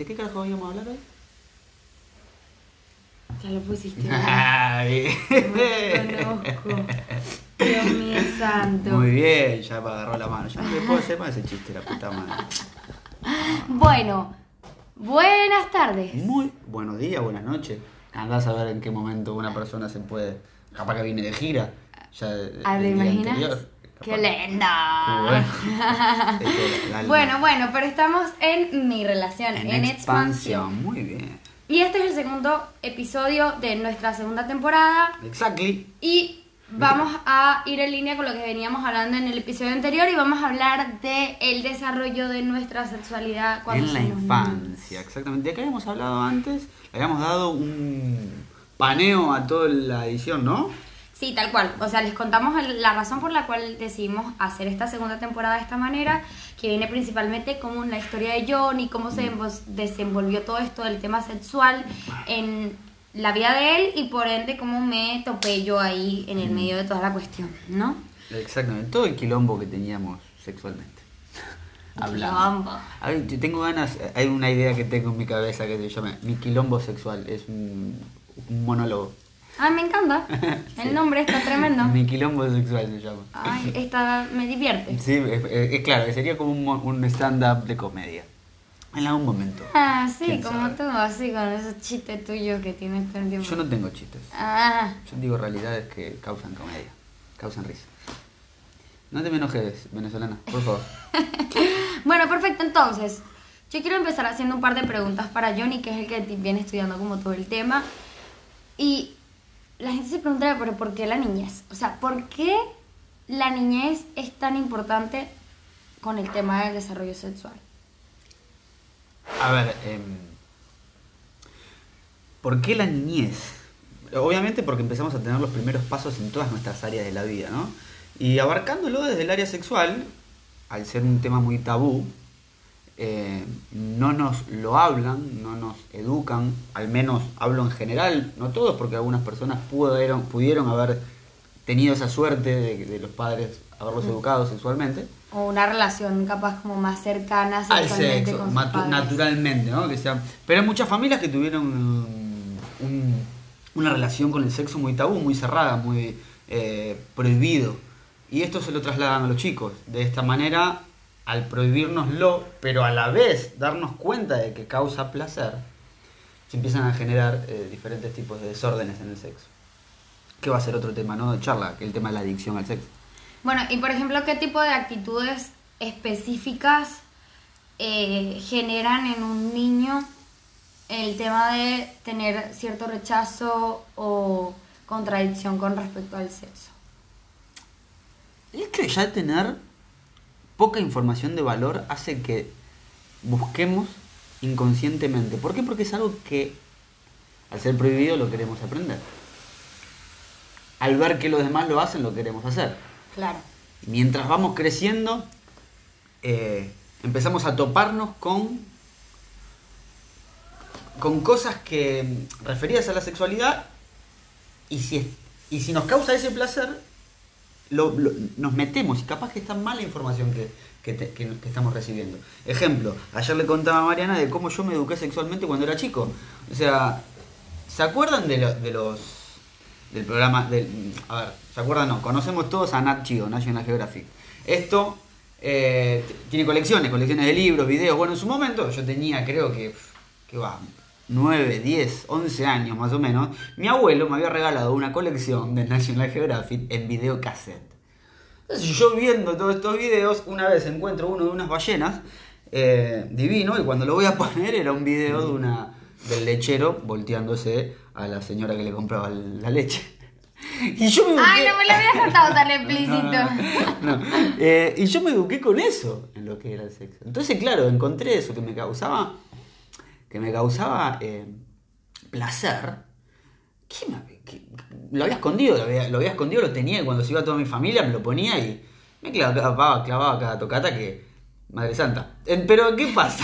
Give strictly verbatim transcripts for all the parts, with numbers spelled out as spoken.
qué carajo íbamos a hablar hoy? Ya lo pusiste. Ay. No te conozco. Dios mío santo. Muy bien, ya me agarró la mano. Ya no le puedo hacer más ese chiste, la puta madre. Bueno, buenas tardes. Muy buenos días, buenas noches. Andás a ver en qué momento una persona se puede... Capaz que viene de gira. Ya de, Ah, ¿te del día imaginas? anterior. ¡Qué Capaz. lindo! Bueno. Este, la- la- Bueno, bueno, pero estamos en mi relación, en, En expansión. expansión. Muy bien. Y este es el segundo episodio de nuestra segunda temporada. Exactly. Y vamos a ir en línea con lo que veníamos hablando en el episodio anterior y vamos a hablar de el desarrollo de nuestra sexualidad cuando En la somos infancia, niños. exactamente. De acá habíamos hablado antes, le habíamos dado un paneo a toda la edición, ¿no? Sí, tal cual. O sea, les contamos el- la razón por la cual decidimos hacer esta segunda temporada de esta manera, que viene principalmente como la historia de Johnny, cómo se envol- desenvolvió todo esto del tema sexual en la vida de él y por ende cómo me topé yo ahí en el medio de toda la cuestión, ¿no? Exactamente, todo el quilombo que teníamos sexualmente. Hablando. Quilombo. A ver, yo tengo ganas, hay una idea que tengo en mi cabeza que se llama Mi quilombo sexual, es un, un monólogo. Ay, me encanta. El Sí. nombre está tremendo. Mi quilombo sexual se llama. Ay, esta me divierte. Sí, es, es- es claro, sería como un, mo- un stand-up de comedia. En algún momento. Ah, sí, ¿Quién como sabe? tú, así con esos chistes tuyos que tienes todo el tiempo. Yo no tengo chistes. Ah, Yo digo realidades que causan comedia, causan risa. No te me enojes, venezolana, por favor. bueno, perfecto, entonces, yo quiero empezar haciendo un par de preguntas para Johnny, que es el que ti- viene estudiando como todo el tema. Y la gente se pregunta, pero ¿por qué la niñez? O sea, ¿por qué la niñez es tan importante con el tema del desarrollo sexual? A ver, eh, ¿por qué la niñez? Obviamente porque empezamos a tener los primeros pasos en todas nuestras áreas de la vida, ¿no? Y abarcándolo desde el área sexual, al ser un tema muy tabú, eh, no nos lo hablan, no nos educan, al menos hablo en general, no todos, porque algunas personas pudieron, pudieron haber tenido esa suerte de, de los padres haberlos Mm. educado sexualmente. O una relación capaz como más cercana Al sexualmente sexo, con sus matu- padres. naturalmente, ¿no? Que sea, pero hay muchas familias que tuvieron um, un- una relación con el sexo muy tabú, muy cerrada, muy eh, prohibido. Y esto se lo trasladan a los chicos. De esta manera, al prohibírnoslo, pero a la vez darnos cuenta de que causa placer, se empiezan a generar eh, diferentes tipos de desórdenes en el sexo. Que va a ser otro tema, ¿no? De charla, que es el tema de la adicción al sexo. Bueno, y por ejemplo, ¿qué tipo de actitudes específicas eh, generan en un niño el tema de tener cierto rechazo o contradicción con respecto al sexo? El hecho de ya tener poca información de valor hace que busquemos inconscientemente. ¿Por qué? Porque es algo que al ser prohibido lo queremos aprender. Al ver que los demás lo hacen, lo queremos hacer. Claro. Mientras vamos creciendo, eh, empezamos a toparnos con, con cosas que referidas a la sexualidad y si, es- y si nos causa ese placer, lo- lo- nos metemos y capaz que está mala información que, que, te- que- que estamos recibiendo. Ejemplo, ayer le contaba a Mariana de cómo yo me eduqué sexualmente cuando era chico. O sea, ¿se acuerdan de, lo- de los... del programa... Del, a ver, ¿se acuerdan? No, conocemos todos a Nat Geo, National Geographic. Esto eh, t- tiene colecciones, colecciones de libros, videos. Bueno, en su momento yo tenía, creo que... que va... nueve, diez, once años más o menos, mi abuelo me había regalado una colección de National Geographic en videocassette. Entonces yo viendo todos estos videos, una vez encuentro uno de unas ballenas, eh, divino, y cuando lo voy a poner era un video de una del lechero volteándose a la señora que le compraba la leche. Y yo me eduqué... Ay, no me lo habías contado tan explícito. No, no, no. Eh, y yo me eduqué con eso en lo que era el sexo. Entonces, claro, encontré eso que me causaba... que me causaba eh, placer, ¿qué me- qué- lo había escondido, lo había, lo había escondido, lo tenía y cuando se iba toda mi familia me lo ponía y me clavaba, clavaba cada tocata que... Madre Santa. Eh, pero, ¿qué pasa?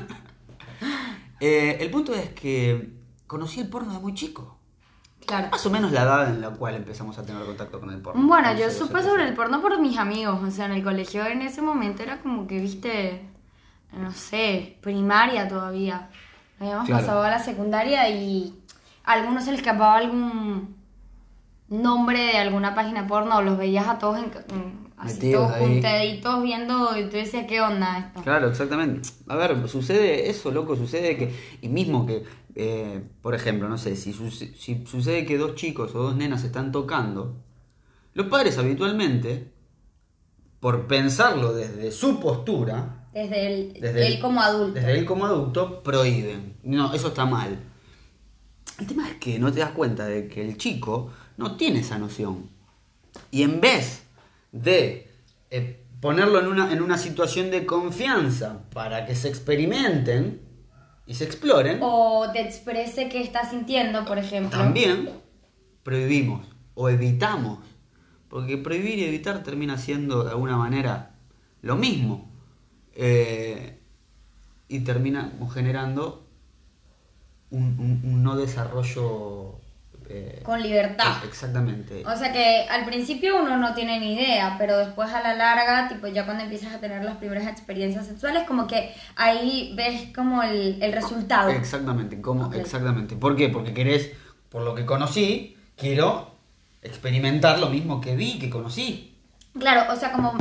Eh, el punto es que conocí el porno de muy chico. Claro. Más o menos la edad en la cual empezamos a tener contacto con el porno. Bueno, yo once, supe doce, sobre el trece. porno por mis amigos, o sea, en el colegio en ese momento era como que, viste, no sé, primaria todavía. Habíamos Claro. pasado a la secundaria y a algunos se les escapaba algún nombre de alguna página porno, los veías a todos en, en- así Metidos todos ahí. juntaditos viendo y tú decías, ¿qué onda esto? Claro, exactamente. A ver, sucede eso, loco, sucede que, y mismo que, eh, por ejemplo, no sé, si, suce- si sucede que dos chicos o dos nenas se están tocando, los padres habitualmente, por pensarlo desde su postura, Desde él, desde él como adulto. desde él como adulto, prohíben. No, eso está mal. El tema es que no te das cuenta de que el chico no tiene esa noción. Y en vez de eh, ponerlo en una, en una situación de confianza para que se experimenten y se exploren, O te exprese qué estás sintiendo, por ejemplo. también prohibimos o evitamos. Porque prohibir y evitar termina siendo de alguna manera lo mismo. Eh, y termina generando un, un- un no desarrollo eh, Con libertad. exactamente. O sea que al principio uno no tiene ni idea, pero después a la larga, tipo ya cuando empiezas a tener las primeras experiencias sexuales, como que ahí ves como el, el resultado. Exactamente, ¿cómo? Ok. Exactamente. ¿Por qué? Porque querés, por lo que conocí, quiero experimentar lo mismo que vi, que conocí. Claro, o sea, como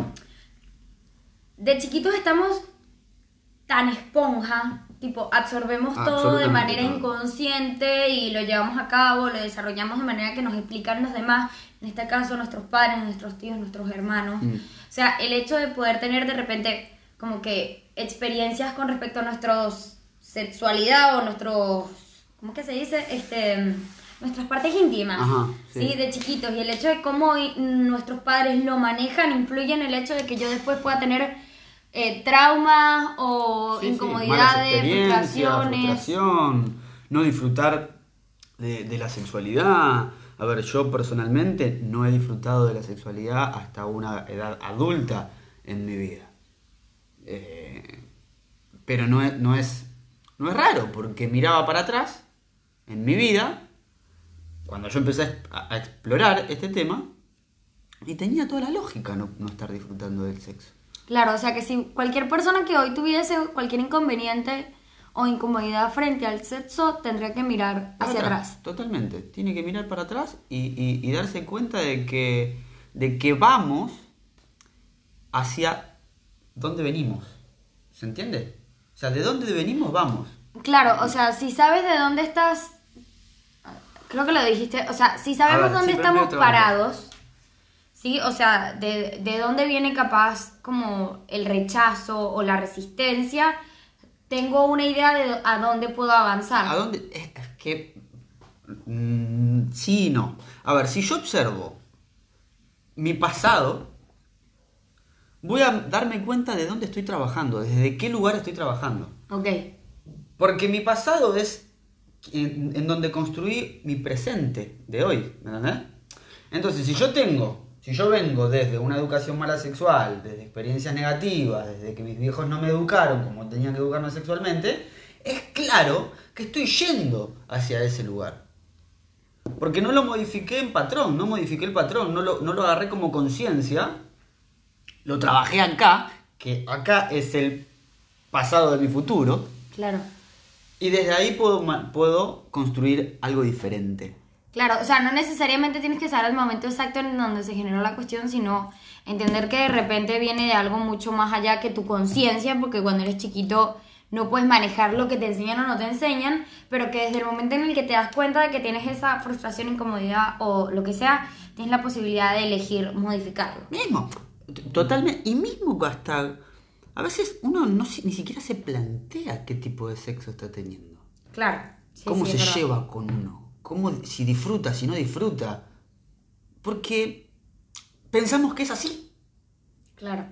de chiquitos estamos tan esponja, tipo absorbemos todo de Absolutamente manera todo. inconsciente y lo llevamos a cabo, lo desarrollamos de manera que nos explican los demás, en este caso nuestros padres, nuestros tíos, nuestros hermanos. Mm. O sea, el hecho de poder tener de repente como que experiencias con respecto a nuestra sexualidad o nuestros, ¿cómo que se dice? Este, nuestras partes íntimas, Ajá, sí. ¿sí? De chiquitos. Y el hecho de cómo i- nuestros padres lo manejan influye en el hecho de que yo después pueda tener eh, traumas o Sí, sí, malas incomodidades, experiencias, frustraciones. frustración, no disfrutar de, de la sexualidad. A ver, yo personalmente no he disfrutado de la sexualidad hasta una edad adulta en mi vida. Eh, pero no es, no es, no es raro, porque miraba para atrás en mi vida, cuando yo empecé a, a explorar este tema, y tenía toda la lógica no, no estar disfrutando del sexo. Claro, o sea que si cualquier persona que hoy tuviese cualquier inconveniente o incomodidad frente al sexo, tendría que mirar Para hacia atrás. Totalmente. Tiene que mirar para atrás y, y- y darse cuenta de que, de que vamos hacia dónde venimos. ¿Se entiende? O sea, de dónde venimos vamos. Claro, o sea, si sabes de dónde estás, creo que lo dijiste, o sea, si sabemos A ver, dónde sí, pero estamos medio trabajo. parados, ¿sí? O sea, de, de dónde viene capaz como el rechazo o la resistencia, tengo una idea de a dónde puedo avanzar. ¿A dónde? Es, es que... mm, sí y no. A ver, si yo observo mi pasado, voy a darme cuenta de dónde estoy trabajando, desde qué lugar estoy trabajando. Ok, Porque mi pasado es en, en donde construí mi presente de hoy, ¿me entendés? Entonces, si yo tengo, si yo vengo desde una educación mala sexual, desde experiencias negativas, desde que mis viejos no me educaron como tenían que educarme sexualmente, es claro que estoy yendo hacia ese lugar. Porque no lo modifiqué en patrón, no modifiqué el patrón, no lo, no lo agarré como conciencia, lo trabajé acá, que acá es el pasado de mi futuro, claro. y desde ahí puedo, ma- puedo construir algo diferente. Claro, o sea, no necesariamente tienes que saber el momento exacto en donde se generó la cuestión, sino entender que de repente viene de algo mucho más allá que tu conciencia, porque cuando eres chiquito no puedes manejar lo que te enseñan o no te enseñan, pero que desde el momento en el que te das cuenta de que tienes esa frustración, incomodidad o lo que sea, tienes la posibilidad de elegir modificarlo. Mismo, t- totalmente, y mismo hasta, a veces uno no, si- ni siquiera se plantea qué tipo de sexo está teniendo. Claro. Sí, Cómo sí, se es verdad. lleva con uno, cómo, si disfruta, si no disfruta. Porque pensamos que es así. Claro.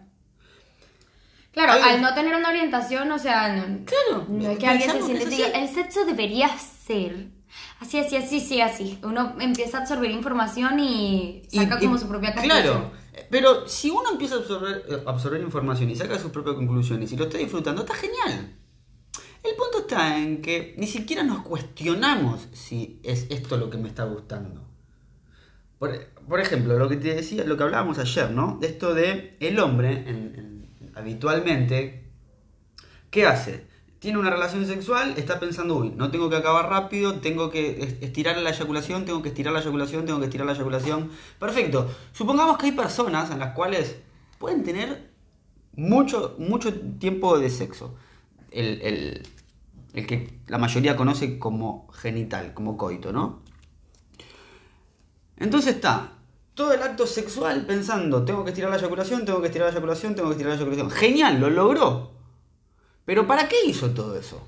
Claro, Algo- al no tener una orientación, o sea, no, Claro, no es que alguien se pensamos que siente y es diga, así. el sexo debería ser así, así, así, sí, así. Uno empieza a absorber información y saca Y- y- como su propia conclusión. Claro, pero si uno empieza a absorber, eh, absorber información y saca sus propias conclusiones y lo está disfrutando, está genial. El punto está en que ni siquiera nos cuestionamos si es esto lo que me está gustando. Por, por ejemplo, lo que te decía, lo que hablábamos ayer, ¿no? De esto de el hombre, en- en- habitualmente, ¿qué hace? tiene una relación sexual, está pensando, uy, no tengo que acabar rápido, tengo que estirar la eyaculación, tengo que estirar la eyaculación, tengo que estirar la eyaculación. Perfecto. Supongamos que hay personas en las cuales pueden tener mucho, mucho tiempo de sexo. El, el, el que la mayoría conoce como genital, como coito, ¿no? Entonces está todo el acto sexual pensando, tengo que estirar la eyaculación, tengo que estirar la eyaculación, tengo que estirar la eyaculación. Genial, lo logró. Pero ¿para qué hizo todo eso?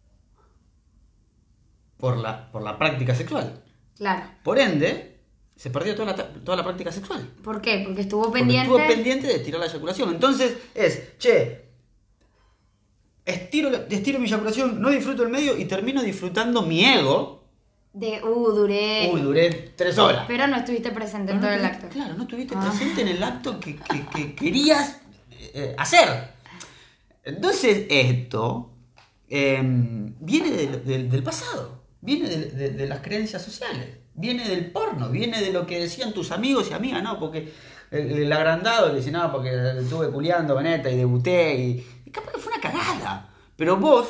Por la, por la práctica sexual. Claro. Por ende, se perdió toda la, toda la práctica sexual. ¿Por qué? Porque estuvo Porque pendiente... estuvo pendiente de estirar la eyaculación. Entonces es, che, estiro, estiro mi eyaculación, no disfruto el medio y termino disfrutando mi ego. De, uh, duré... Uy, duré tres horas. Pero no estuviste presente en Pero todo no el tuvi- acto. Claro, no estuviste Ah. presente en el acto que, que, que querías eh, hacer. Entonces esto eh, viene del, del, del pasado, viene de, de, de las creencias sociales, viene del porno, viene de lo que decían tus amigos y amigas, ¿no? Porque el, el agrandado le dice, no, porque estuve culiando, maneta, y debuté, y, y capaz que fue una cagada. Pero vos...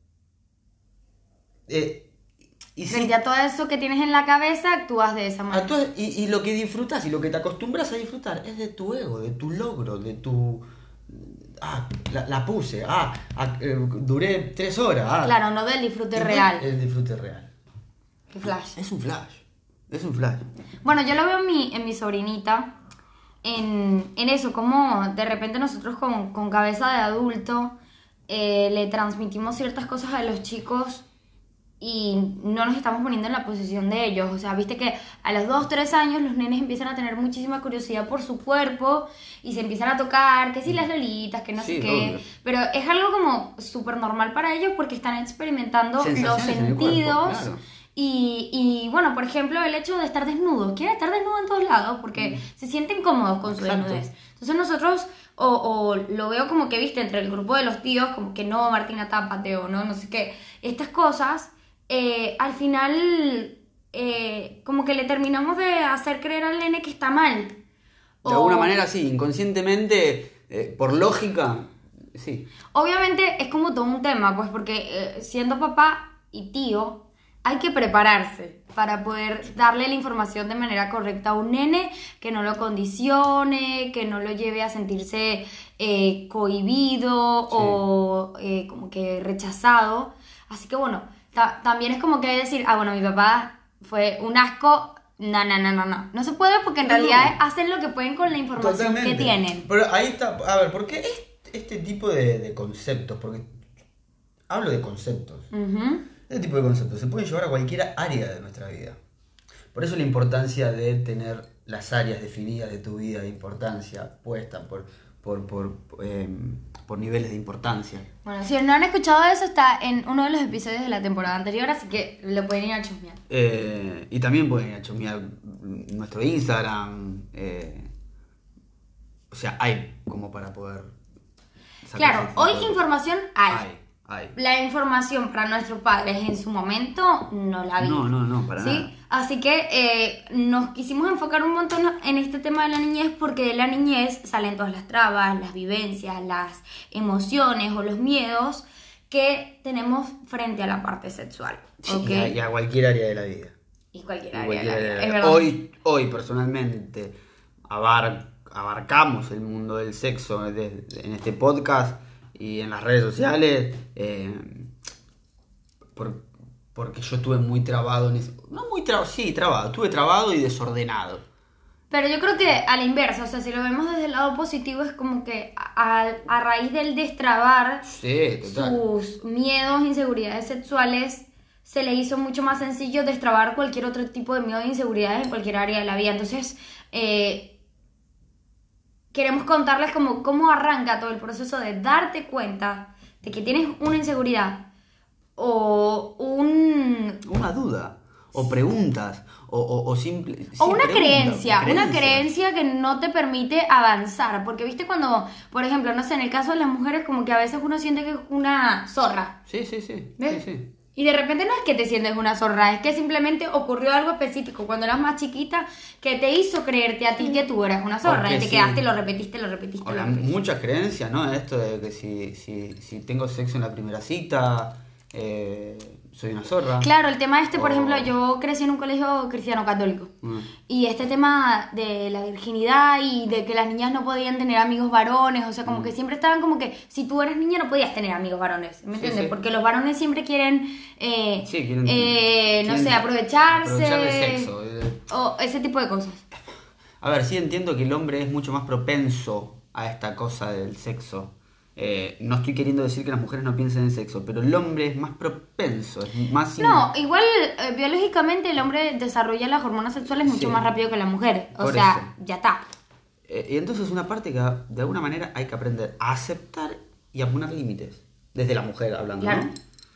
Eh, y Frente a todo eso que tienes en la cabeza, actúas de esa manera. Actúas- y, y lo que disfrutas y lo que te acostumbras a disfrutar es de tu ego, de tu logro, de tu... Ah, la, la puse, ah, ah, eh, duré tres horas. Ah. Claro, no del disfrute Y no real. El disfrute real. Qué flash. Es un flash, es un flash. Bueno, yo lo veo en mi, en mi sobrinita, en, en eso, como de repente nosotros con, con cabeza de adulto eh, le transmitimos ciertas cosas a los chicos y no nos estamos poniendo en la posición de ellos. O sea, viste que a los dos, tres años los nenes empiezan a tener muchísima curiosidad por su cuerpo y se empiezan a tocar, que si las lolitas, que no Sí, sé qué. obvio. Pero es algo como súper normal para ellos porque están experimentando los Sensaciones en el cuerpo, sentidos. claro. Y, y bueno, por ejemplo, el hecho de estar desnudos. Quieren estar desnudos en todos lados porque se sienten cómodos con su Exacto. desnudez. Entonces nosotros, o, o lo veo como que, viste, entre el grupo de los tíos, como que no, Martina, tápate o no, no sé qué. Estas cosas, eh, al final, eh, como que le terminamos de hacer creer al nene que está mal. De O- alguna manera, sí, inconscientemente, eh, por lógica, sí. Obviamente es como todo un tema, pues porque eh, siendo papá y tío, hay que prepararse para poder darle la información de manera correcta a un nene, que no lo condicione, que no lo lleve a sentirse eh, cohibido Sí. o eh, como que rechazado. Así que bueno, ta- también es como que decir, ah, bueno, mi papá fue un asco. No, no, no, no, no. No se puede porque en No, realidad no. hacen lo que pueden con la información que tienen. Pero ahí está, a ver, ¿por qué este, este tipo de, de conceptos? Porque hablo de conceptos. Ujú. Este tipo de conceptos se pueden llevar a cualquier área de nuestra vida. Por eso la importancia de tener las áreas definidas de tu vida de importancia puestas por, por, por, eh, por niveles de importancia. Bueno, si no han escuchado eso, está en uno de los episodios de la temporada anterior, así que lo pueden ir a chusmear. Eh, y también pueden ir a chusmear nuestro Instagram. eh, o sea, hay como para poder sacar Claro, ese hoy tipo de- información hay. Hay, hay. La información para nuestros padres en su momento no la vi. No, no, no, para ¿Sí? nada. Así que eh, nos quisimos enfocar un montón en este tema de la niñez porque de la niñez salen todas las trabas, las vivencias, las emociones o los miedos que tenemos frente a la parte sexual. Sí, ¿Ok? y, a, y a cualquier área de la vida. Y cualquier Y área de cualquier la área vida, de la es vida. verdad. Hoy, hoy personalmente abar- abarcamos el mundo del sexo de- en este podcast y en las redes sociales eh, por- porque yo estuve muy trabado en eso. No muy trabado, sí, trabado. Estuve trabado y desordenado. Pero yo creo que a la inversa, o sea, si lo vemos desde el lado positivo, es como que a, a raíz del destrabar Sí, total. sus miedos, inseguridades sexuales, se le hizo mucho más sencillo destrabar cualquier otro tipo de miedo e inseguridades en cualquier área de la vida. Entonces, eh, queremos contarles como cómo arranca todo el proceso de darte cuenta de que tienes una inseguridad o un... Una duda, o preguntas, o, o, o simple. O sí, una preguntas, creencia, una creencias. creencia que no te permite avanzar. Porque viste cuando, por ejemplo, no sé, en el caso de las mujeres, como que a veces uno siente que es una zorra. Sí, sí, sí. ¿Ves? sí, sí. Y de repente no es que te sientes una zorra, es que simplemente ocurrió algo específico cuando eras más chiquita que te hizo creerte a ti que tú eras una zorra. Porque Y te sí. quedaste, lo repetiste, lo repetiste, Ahora, lo repetiste. muchas creencias, ¿no? Esto de que si, si, si tengo sexo en la primera cita, eh, soy una zorra. Claro, el tema este, por O- ejemplo, yo crecí en un colegio cristiano católico. Mm. Y este tema de la virginidad y de que las niñas no podían tener amigos varones, o sea, como que siempre estaban como que si tú eras niña no podías tener amigos varones, ¿me Sí, entiendes? sí. Porque los varones siempre quieren, eh, Sí, quieren- eh, no quieren sé, aprovecharse. aprovechar del sexo, eh. O ese tipo de cosas. A ver, sí entiendo que el hombre es mucho más propenso a esta cosa del sexo. Eh, no estoy queriendo decir que las mujeres no piensen en sexo, pero el hombre es más propenso, es más... No, igual eh, biológicamente el hombre desarrolla las hormonas sexuales mucho Sí. más rápido que la mujer. O Por sea, eso. ya está. Eh, y entonces es una parte que de alguna manera hay que aprender a aceptar y a poner límites. Desde la mujer hablando, Claro. ¿no?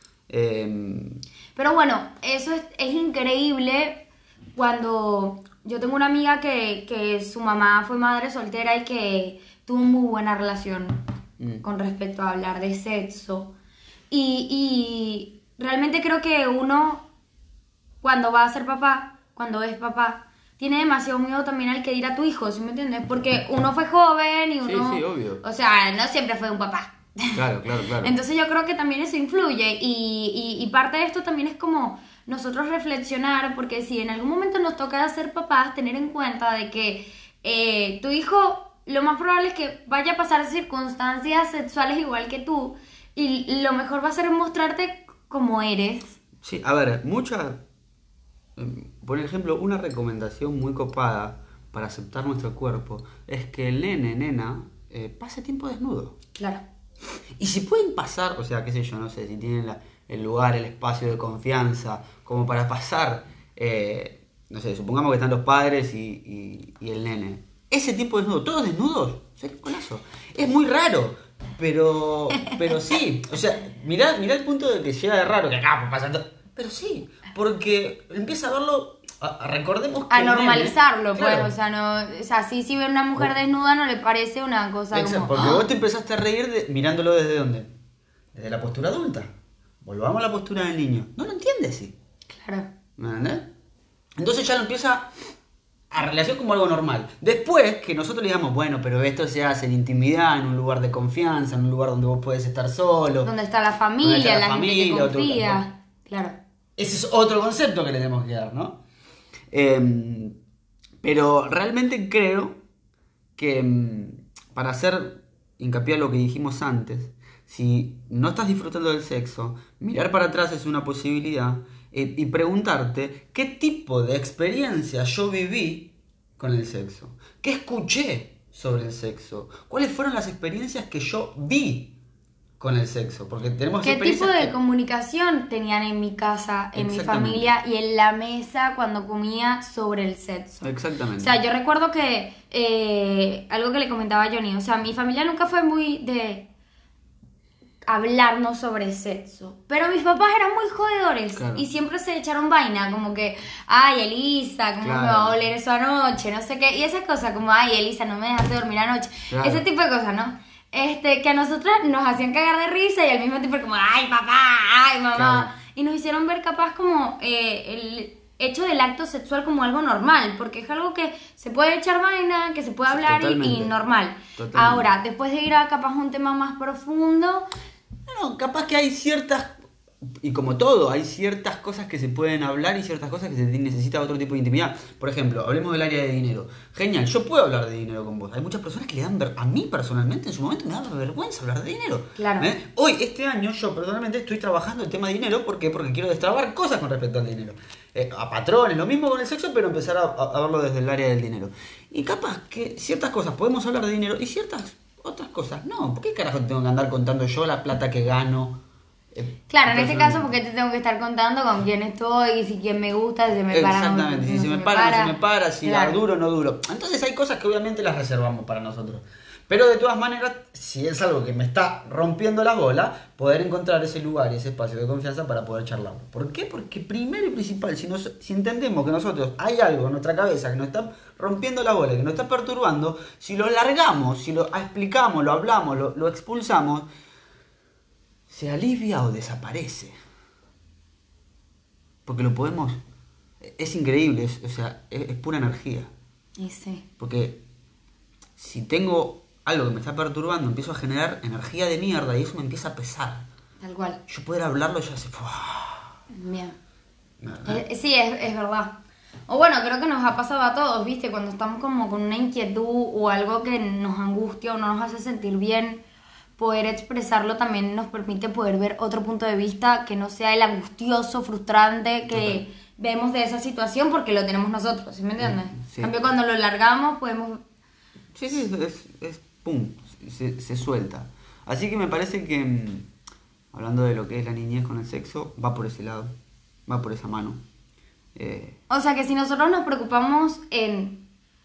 Eh, Pero bueno, eso es, es increíble cuando yo tengo una amiga que, que su mamá fue madre soltera y que tuvo muy buena relación Mm. con respecto a hablar de sexo. Y, y realmente creo que uno, cuando va a ser papá, cuando es papá, tiene demasiado miedo también al que dirá tu hijo, ¿sí me entiendes? Porque uno fue joven y Sí, uno... sí, obvio. O sea, no siempre fue un papá. claro, claro, claro. Entonces yo creo que también eso influye y, y, y parte de esto también es como nosotros reflexionar, porque si en algún momento nos toca ser papás, tener en cuenta de que eh, tu hijo lo más probable es que vaya a pasar circunstancias sexuales igual que tú y lo mejor va a ser mostrarte como eres. Sí, a ver, muchas... Por ejemplo, una recomendación muy copada para aceptar nuestro cuerpo es que el nene, nena, eh, pase tiempo desnudo. Claro. Y si pueden pasar, o sea, qué sé yo, no sé, si tienen la- el lugar, el espacio de confianza, como para pasar, eh, no sé, supongamos que están los padres y, y- y el nene. Ese tiempo desnudo, todos desnudos, sería un golazo. Es muy raro, pero pero sí. O sea, mirá, mirá el punto de que llega de raro, que acá pues, pasa todo. Pero sí, porque empieza a verlo, a- a- recordemos que A el nene- normalizarlo, claro. pues, o sea, no, o sea, sí, si ve una mujer desnuda no le parece una cosa Exacto, como... porque vos te empezaste a reír de- mirándolo desde dónde. Desde la postura adulta. Volvamos a la postura del niño. No lo entiende, sí. Claro. ¿Me entendés? Entonces ya lo empieza a relacionar como algo normal. Después que nosotros le digamos, bueno, pero esto se hace en intimidad, en un lugar de confianza, en un lugar donde vos podés estar solo. Donde está la familia, Donde está la la, gente familia, que otro- confía. Claro. Ese es otro concepto que le tenemos que dar, ¿no? Eh, pero realmente creo que mm, para hacer hincapié a lo que dijimos antes, si no estás disfrutando del sexo, mirar para atrás es una posibilidad eh, y preguntarte qué tipo de experiencia yo viví con el sexo, qué escuché sobre el sexo, cuáles fueron las experiencias que yo vi con el sexo, porque tenemos ¿Qué tipo experiencias de que- comunicación tenían en mi casa, en mi Exactamente. familia y en la mesa cuando comía sobre el sexo? Exactamente. O sea, yo recuerdo que eh, algo que le comentaba a Johnny, o sea, mi familia nunca fue muy de hablarnos sobre sexo, pero mis papás eran muy jodedores Claro. y siempre se echaron vaina, como que, ay, Elisa, ¿cómo Claro. me va a oler eso anoche? No sé qué, y esas cosas como, ay, Elisa, no me dejaste dormir anoche, Claro. ese tipo de cosas, ¿no? Este, que a nosotras nos hacían cagar de risa y al mismo tiempo como, ay, papá, ay, mamá, Claro. y nos hicieron ver capaz como eh, el hecho del acto sexual como algo normal, porque es algo que se puede echar vaina, que se puede Sí, hablar y, totalmente. y normal. Totalmente. Ahora, después de ir a capaz un tema más profundo, No, capaz que hay ciertas, y como todo, hay ciertas cosas que se pueden hablar y ciertas cosas que se necesita otro tipo de intimidad. Por ejemplo, hablemos del área de dinero. Genial, yo puedo hablar de dinero con vos. Hay muchas personas que le dan, ver- a mí personalmente en su momento me da vergüenza hablar de dinero. Claro. ¿Eh? Hoy, este año, yo personalmente estoy trabajando el tema de dinero. ¿Por qué? Porque quiero destrabar cosas con respecto al dinero. Eh, a patrones, lo mismo con el sexo, pero empezar a, a- a verlo desde el área del dinero. Y capaz que ciertas cosas podemos hablar de dinero y ciertas otras cosas no. ¿Por qué carajo te tengo que andar contando yo la plata que gano? Eh, claro, en este personalmente? caso porque te tengo que estar contando con quién estoy, si quién me gusta, si se me para. Exactamente, si no se me para, no se me para, si Claro. da duro o no duro. Entonces hay cosas que obviamente las reservamos para nosotros. Pero de todas maneras, si es algo que me está rompiendo las bolas, poder encontrar ese lugar y ese espacio de confianza para poder charlarlo. ¿Por qué? Porque primero y principal, si, nos, si entendemos que nosotros hay algo en nuestra cabeza que nos está rompiendo la bola, que nos está perturbando, si lo largamos, si lo explicamos, lo hablamos, lo, lo expulsamos, se alivia o desaparece. porque lo podemos... Es increíble, es, o sea, es, es pura energía. Y sí. Porque si tengo algo que me está perturbando, empiezo a generar energía de mierda y eso me empieza a pesar. Tal cual. Yo poder hablarlo ya se... Bien. Eh, sí, es, es verdad. O bueno, creo que nos ha pasado a todos, ¿viste? Cuando estamos como con una inquietud o algo que nos angustia o no nos hace sentir bien, poder expresarlo también nos permite poder ver otro punto de vista que no sea el angustioso, frustrante que Total. vemos de esa situación porque lo tenemos nosotros, ¿sí me entiendes? Sí. En cambio, cuando lo largamos podemos... Sí, sí, es, es pum, se, se suelta. Así que me parece que, hablando de lo que es la niñez con el sexo, va por ese lado, va por esa mano. Eh... O sea que si nosotros nos preocupamos en...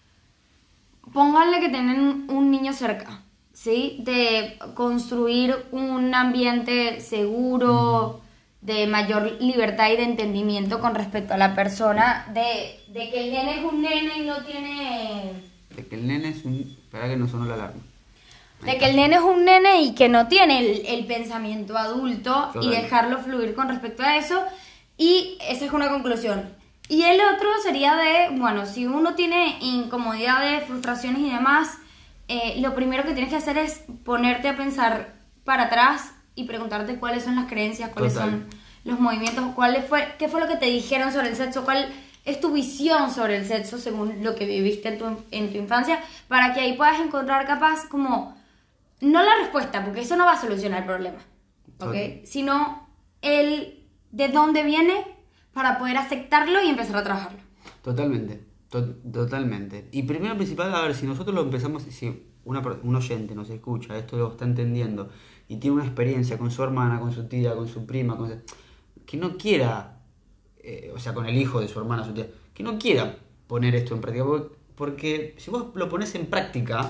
Pónganle que tienen un niño cerca, ¿sí? De construir un ambiente seguro, uh-huh. de mayor libertad y de entendimiento con respecto a la persona, de, de que el nene es un nene y no tiene... De que el nene es un... Espera que no sonó la alarma. Ahí de está. Que el nene es un nene y que no tiene el, el pensamiento adulto Total. Y dejarlo fluir con respecto a eso. Y esa es una conclusión. Y el otro sería de, bueno, si uno tiene incomodidades, frustraciones y demás, eh, lo primero que tienes que hacer es ponerte a pensar para atrás y preguntarte cuáles son las creencias, cuáles Total. Son los movimientos, cuál fue, qué fue lo que te dijeron sobre el sexo, cuál es tu visión sobre el sexo según lo que viviste en tu, en tu infancia, para que ahí puedas encontrar capaz como, no la respuesta, porque eso no va a solucionar el problema, ¿ok? Sino el de dónde viene para poder aceptarlo y empezar a trabajarlo. Totalmente, to- totalmente. Y primero principal, a ver, si nosotros lo empezamos, si una, un oyente nos escucha, esto lo está entendiendo, y tiene una experiencia con su hermana, con su tía, con su prima, con su, que no quiera... Eh, o sea, con el hijo de su hermana, su tía, que no quiera poner esto en práctica, porque, porque si vos lo pones en práctica,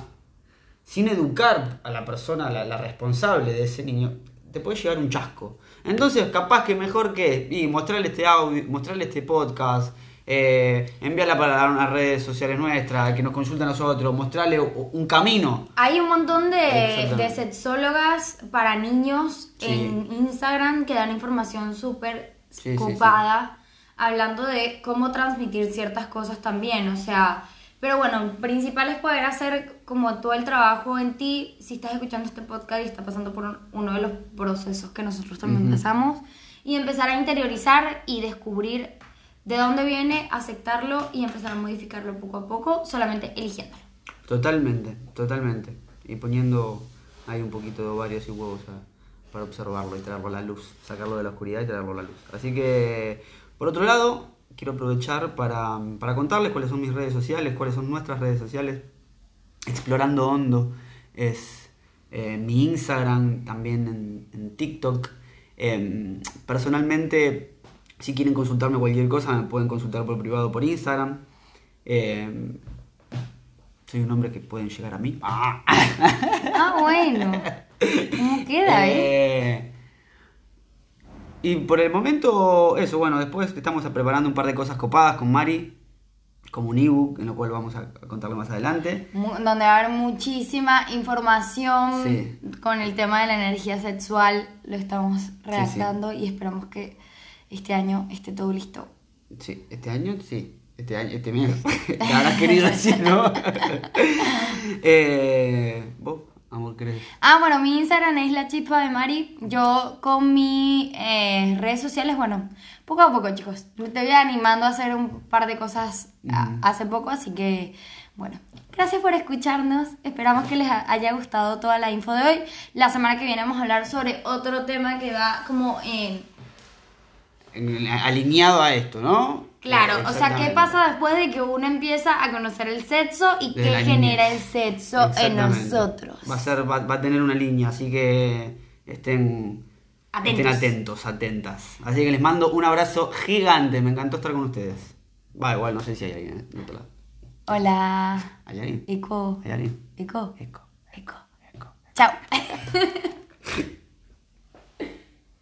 sin educar a la persona, la, la responsable de ese niño, te puede llegar un chasco. Entonces, capaz que mejor que y mostrarle este audio, mostrarle este podcast, eh, enviarla para unas redes sociales nuestras, que nos consulten a nosotros, mostrarle un camino. Hay un montón de, de sexólogas para niños sí. en Instagram que dan información súper sí, copada. Sí, sí. Hablando de cómo transmitir ciertas cosas también, o sea, pero bueno, principal es poder hacer como todo el trabajo en ti, si estás escuchando este podcast y estás pasando por uno de los procesos que nosotros también uh-huh. empezamos, y empezar a interiorizar y descubrir de dónde viene, aceptarlo y empezar a modificarlo poco a poco, solamente eligiéndolo. Totalmente, totalmente, y poniendo ahí un poquito de ovarios y huevos a, para observarlo y traerlo a la luz, sacarlo de la oscuridad y traerlo a la luz. Así que... Por otro lado, quiero aprovechar para, para contarles cuáles son mis redes sociales, cuáles son nuestras redes sociales. Explorando Hondo es eh, mi Instagram, también en, en TikTok. Eh, personalmente, si quieren consultarme cualquier cosa, me pueden consultar por privado por Instagram. Eh, soy un hombre que pueden llegar a mí. Ah, ah bueno. ¿Cómo queda, eh? eh Y por el momento, eso, bueno, después estamos preparando un par de cosas copadas con Mari, como un ebook, en lo cual vamos a contarle más adelante. Donde va a haber muchísima información sí. con el tema de la energía sexual, lo estamos redactando sí, sí. y esperamos que este año esté todo listo. Sí, este año sí, este año, este mes, te habrás querido decir, ¿no? eh, ¿Vos? Amor, ¿crees? Ah, bueno, mi Instagram es la chispa de Mari. Yo con mis eh, redes sociales, bueno, poco a poco, chicos. Te voy animando a hacer un par de cosas mm. hace poco, así que, bueno, gracias por escucharnos. Esperamos que les haya gustado toda la info de hoy. La semana que viene vamos a hablar sobre otro tema que va como en... en alineado a esto, ¿no? Claro, o sea, ¿qué pasa después de que uno empieza a conocer el sexo y qué genera el sexo en nosotros? Va a ser, va, va a tener una línea, así que estén atentos. estén atentos, atentas. Así que les mando un abrazo gigante, me encantó estar con ustedes. Va, igual no sé si hay alguien en otro lado. Hola. ¿Hay alguien? Eco. ¿Hay alguien? Eco. Eco. Eco. Eco. Chao.